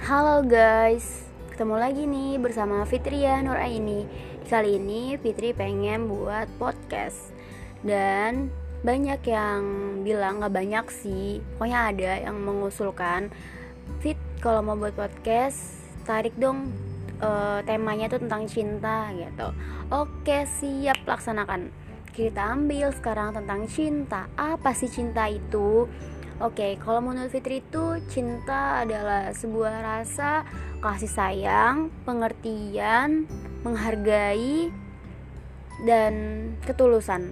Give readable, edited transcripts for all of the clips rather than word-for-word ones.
Halo guys, ketemu lagi nih bersama Fitria Nuraini. Kali ini Fitri pengen buat podcast. Dan banyak yang bilang, gak banyak sih, pokoknya ada yang mengusulkan, Fit, kalau mau buat podcast, tarik dong temanya tuh tentang cinta gitu. Oke, siap, laksanakan. Kita ambil sekarang tentang cinta. Apa sih cinta itu? Oke, kalau menurut Fitri itu cinta adalah sebuah rasa kasih sayang, pengertian, menghargai, dan ketulusan.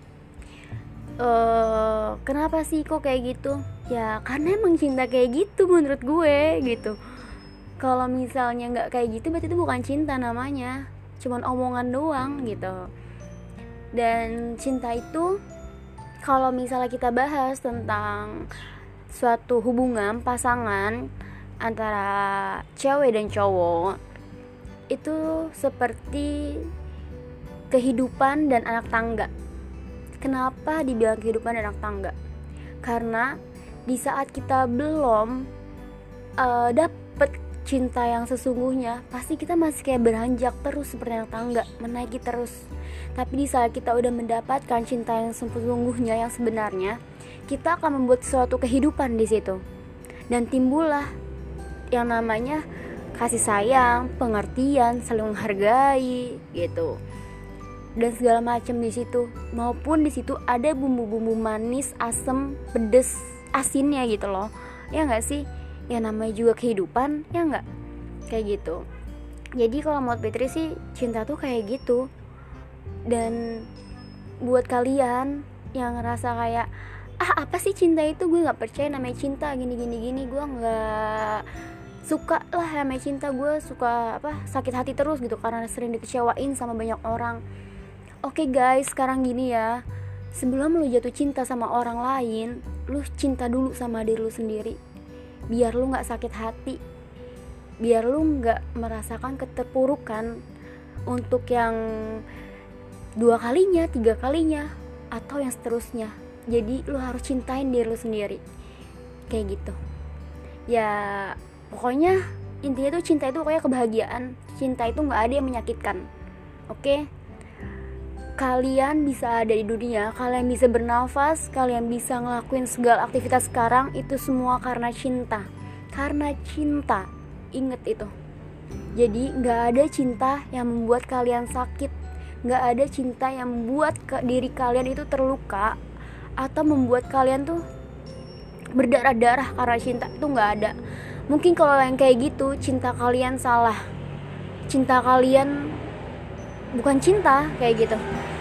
Kenapa sih kok kayak gitu? Ya karena emang cinta kayak gitu menurut gue gitu. Kalau misalnya nggak kayak gitu berarti itu bukan cinta namanya, cuman omongan doang gitu. Dan cinta itu, kalau misalnya kita bahas tentang suatu hubungan pasangan antara cewek dan cowok, itu seperti kehidupan dan anak tangga. Kenapa dibilang kehidupan dan anak tangga? Karena di saat kita belum dapet cinta yang sesungguhnya, pasti kita masih kayak beranjak terus seperti anak tangga, menaiki terus. Tapi di saat kita udah mendapatkan cinta yang sesungguhnya, yang sebenarnya, kita akan membuat suatu kehidupan di situ. Dan timbullah yang namanya kasih sayang, pengertian, saling menghargai gitu. Dan segala macam di situ. Maupun di situ ada bumbu-bumbu manis, asam, pedes, asinnya gitu loh. Ya enggak sih? Ya namanya juga kehidupan, ya enggak? Kayak gitu. Jadi kalau menurut Fitri sih, cinta tuh kayak gitu. Dan buat kalian yang ngerasa kayak apa sih cinta itu, gue nggak percaya namanya cinta, gini, gue nggak suka lah namanya cinta, gue suka sakit hati terus gitu karena sering dikecewain sama banyak orang. Oke guys, sekarang gini ya, sebelum lu jatuh cinta sama orang lain, lu cinta dulu sama diri lu sendiri, biar lu nggak sakit hati, biar lu nggak merasakan keterpurukan untuk yang 2 kalinya, 3 kalinya, atau yang seterusnya. Jadi lu harus cintain diri lu sendiri, kayak gitu ya. Pokoknya intinya tuh cinta itu pokoknya kebahagiaan. Cinta itu gak ada yang menyakitkan. Oke? Kalian bisa ada di dunia, kalian bisa bernafas, kalian bisa ngelakuin segala aktivitas sekarang, itu semua karena cinta. Karena cinta, inget itu. Jadi gak ada cinta yang membuat kalian sakit, gak ada cinta yang membuat diri kalian itu terluka, atau membuat kalian tuh berdarah-darah karena cinta. Itu gak ada. Mungkin kalau yang kayak gitu, cinta kalian salah, cinta kalian bukan cinta, kayak gitu.